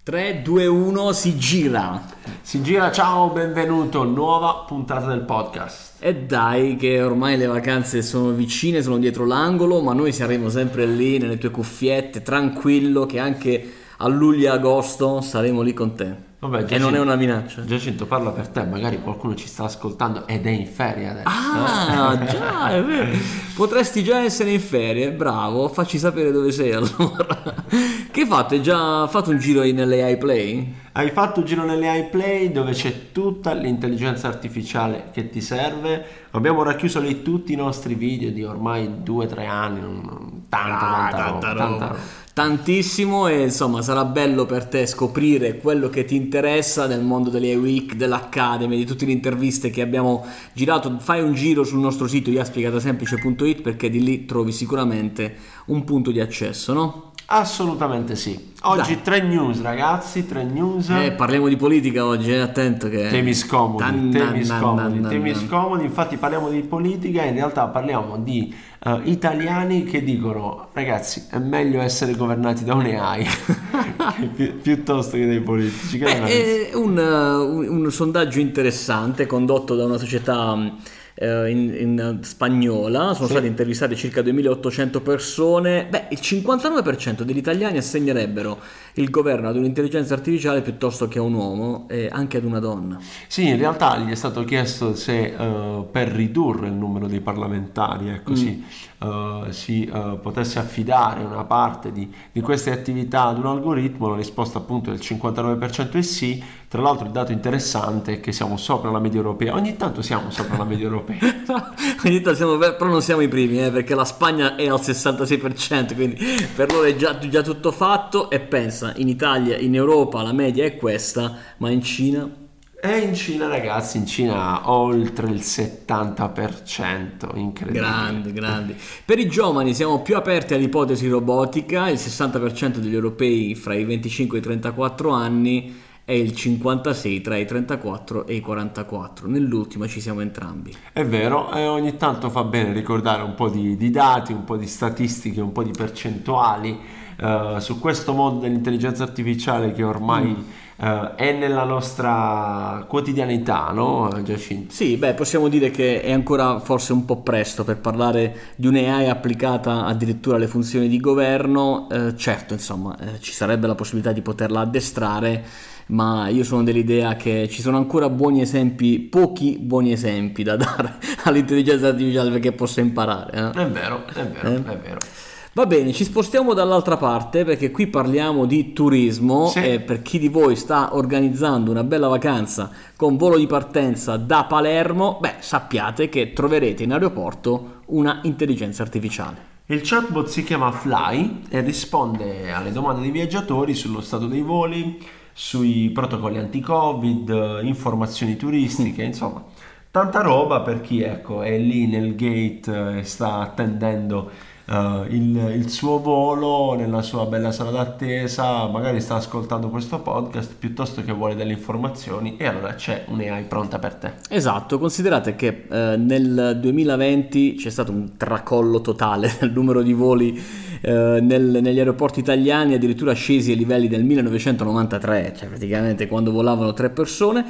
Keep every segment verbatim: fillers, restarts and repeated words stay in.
tre, due, uno, si gira. Si gira, ciao, benvenuto, nuova puntata del podcast. E dai che ormai le vacanze sono vicine, sono dietro l'angolo, ma noi saremo sempre lì nelle tue cuffiette, tranquillo che anche a luglio e agosto saremo lì con te. Vabbè, Giacinto, e non è una minaccia. Giacinto, parla per te, magari qualcuno ci sta ascoltando ed è in ferie adesso. Ah, già, è vero. Potresti già essere in ferie, bravo, facci sapere dove sei allora. Che hai fatto? Hai già fatto un giro nelle iPlay? Hai fatto un giro nelle iPlay dove c'è tutta l'intelligenza artificiale che ti serve. Abbiamo racchiuso lì tutti i nostri video di ormai due o tre anni, tanta, ah, tanta, tanta roba, roba. tanta roba. Tantissimo, e insomma sarà bello per te scoprire quello che ti interessa nel mondo delle iWeek, dell'Academy, di tutte le interviste che abbiamo girato. Fai un giro sul nostro sito i a spiegata semplice punto it perché di lì trovi sicuramente un punto di accesso, no? Assolutamente sì. Oggi Dai. tre news, ragazzi, tre news. Eh, parliamo di politica oggi, eh, attento che... Temi scomodi, Tan- temi nan- scomodi, nan- temi nan- scomodi. Infatti parliamo di politica, in realtà parliamo di uh, italiani che dicono: ragazzi, è meglio essere governati da un'A I pi- piuttosto che dai politici. Che ne pensi? Beh, è un, un, un sondaggio interessante condotto da una società eh, in, in spagnola. Sono Sì. state intervistate circa duemilaottocento persone. Beh, il cinquantanove per cento degli italiani assegnerebbero il governo ad un'intelligenza artificiale piuttosto che a un uomo e anche ad una donna. Sì, in realtà gli è stato chiesto se uh, per ridurre il numero dei parlamentari, ecco, Mm. sì, uh, si uh, potesse affidare una parte di, di queste attività ad un algoritmo. La risposta appunto del cinquantanove per cento è sì. Tra l'altro il dato interessante è che siamo sopra la media europea. Ogni tanto siamo sopra la media europea. Ogni tanto siamo, però non siamo i primi, eh, perché la Spagna è al sessantasei per cento, quindi per loro è già, già tutto fatto. E pensa, in Italia, in Europa la media è questa, ma in Cina... E in Cina, ragazzi, in Cina oltre il settanta per cento, incredibile. Grandi, grandi. Per i giovani siamo più aperti all'ipotesi robotica, il sessanta per cento degli europei fra i venticinque e i trentaquattro anni e il cinquantasei tra i trentaquattro e i quarantaquattro. Nell'ultima ci siamo entrambi. È vero, e ogni tanto fa bene ricordare un po' di, di dati, un po' di statistiche, un po' di percentuali uh, su questo mondo dell'intelligenza artificiale che ormai... Mm. Uh, è nella nostra quotidianità, no, Giacinto? Sì, beh, possiamo dire che è ancora forse un po' presto per parlare di un'A I applicata addirittura alle funzioni di governo. Eh, certo, insomma, eh, ci sarebbe la possibilità di poterla addestrare, ma io sono dell'idea che ci sono ancora buoni esempi, pochi buoni esempi da dare all'intelligenza artificiale perché possa imparare. Eh? È vero, è vero, Eh? è vero. Va bene, ci spostiamo dall'altra parte perché qui parliamo di turismo. Sì. E per chi di voi sta organizzando una bella vacanza con volo di partenza da Palermo, beh, sappiate che troverete in aeroporto una intelligenza artificiale. Il chatbot si chiama Fly e risponde alle domande dei viaggiatori sullo stato dei voli, sui protocolli anti-Covid, informazioni turistiche, insomma, tanta roba per chi, ecco, è lì nel gate e sta attendendo Uh, il, il suo volo nella sua bella sala d'attesa, magari sta ascoltando questo podcast piuttosto che vuole delle informazioni, e allora c'è un'A I pronta per te. Esatto, considerate che eh, nel duemilaventi c'è stato un tracollo totale del numero di voli eh, nel, negli aeroporti italiani, addirittura scesi ai livelli del millenovecentonovantatré, cioè praticamente quando volavano tre persone,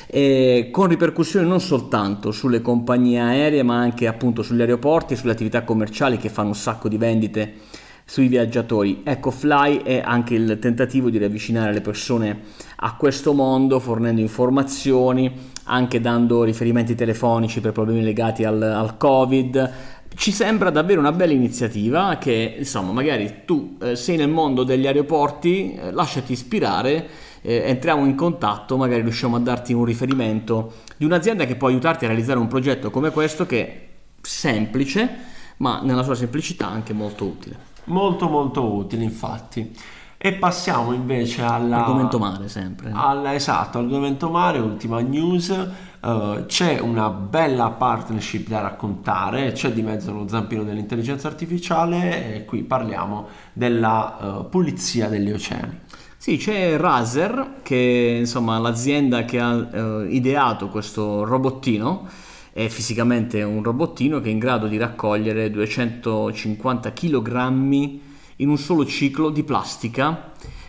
e con ripercussioni non soltanto sulle compagnie aeree ma anche appunto sugli aeroporti e sulle attività commerciali che fanno un sacco di vendite sui viaggiatori. Ecco, Fly è anche il tentativo di riavvicinare le persone a questo mondo, fornendo informazioni, anche dando riferimenti telefonici per problemi legati al, al Covid. Ci sembra davvero una bella iniziativa che, insomma, magari tu eh, sei nel mondo degli aeroporti, eh, lasciati ispirare, eh, entriamo in contatto, magari riusciamo a darti un riferimento di un'azienda che può aiutarti a realizzare un progetto come questo, che è semplice, ma nella sua semplicità anche molto utile. Molto molto utile, infatti. E passiamo invece alla... Argomento mare sempre. Alla, esatto, argomento mare, ultima news. Uh, c'è una bella partnership da raccontare, c'è di mezzo lo zampino dell'intelligenza artificiale e qui parliamo della uh, pulizia degli oceani. Sì, c'è Razer, che insomma l'azienda che ha uh, ideato questo robottino. È fisicamente un robottino che è in grado di raccogliere duecentocinquanta chilogrammi in un solo ciclo di plastica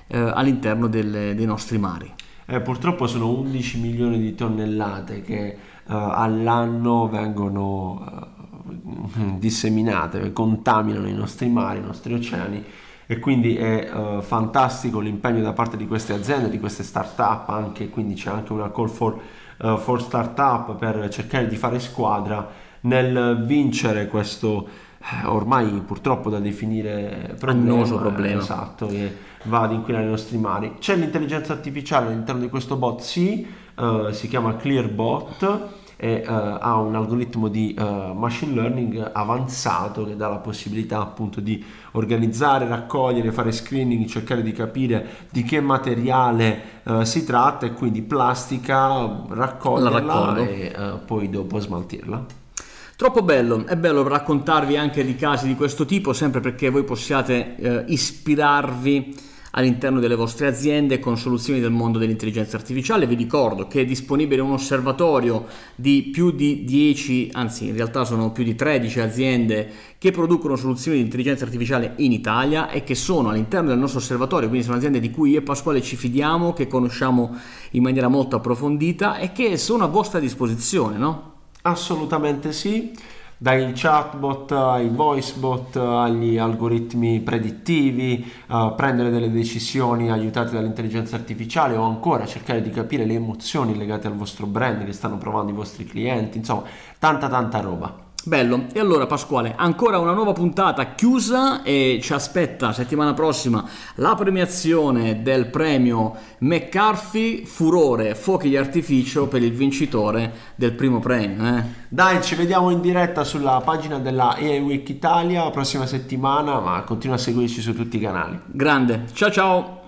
eh, all'interno delle, dei nostri mari. Eh, purtroppo sono undici milioni di tonnellate che uh, all'anno vengono uh, disseminate, contaminano i nostri mari, i nostri oceani, e quindi è uh, fantastico l'impegno da parte di queste aziende, di queste start-up anche, quindi c'è anche una call for, uh, for start-up per cercare di fare squadra nel vincere questo eh, ormai purtroppo da definire problema, annoso problema. Esatto, che va ad inquinare i nostri mari. C'è l'intelligenza artificiale all'interno di questo bot, sì, uh, si chiama ClearBot e uh, ha un algoritmo di uh, machine learning avanzato che dà la possibilità appunto di organizzare, raccogliere, fare screening, cercare di capire di che materiale uh, si tratta, e quindi plastica, raccoglierla e uh, poi dopo smaltirla. Troppo bello, è bello raccontarvi anche di casi di questo tipo, sempre perché voi possiate eh, ispirarvi all'interno delle vostre aziende con soluzioni del mondo dell'intelligenza artificiale. Vi ricordo che è disponibile un osservatorio di più di dieci, anzi in realtà sono più di tredici aziende che producono soluzioni di intelligenza artificiale in Italia e che sono all'interno del nostro osservatorio, quindi sono aziende di cui io e Pasquale ci fidiamo, che conosciamo in maniera molto approfondita e che sono a vostra disposizione, no? Assolutamente sì, dai chatbot ai voicebot agli algoritmi predittivi, uh, prendere delle decisioni aiutate dall'intelligenza artificiale, o ancora cercare di capire le emozioni legate al vostro brand che stanno provando i vostri clienti, insomma tanta tanta roba. Bello. E allora Pasquale, ancora una nuova puntata chiusa e ci aspetta settimana prossima la premiazione del premio McCarthy Furore Fuochi di Artificio per il vincitore del primo premio. Eh? Dai, ci vediamo in diretta sulla pagina della A I Week Italia la prossima settimana, ma continua a seguirci su tutti i canali. Grande, ciao ciao!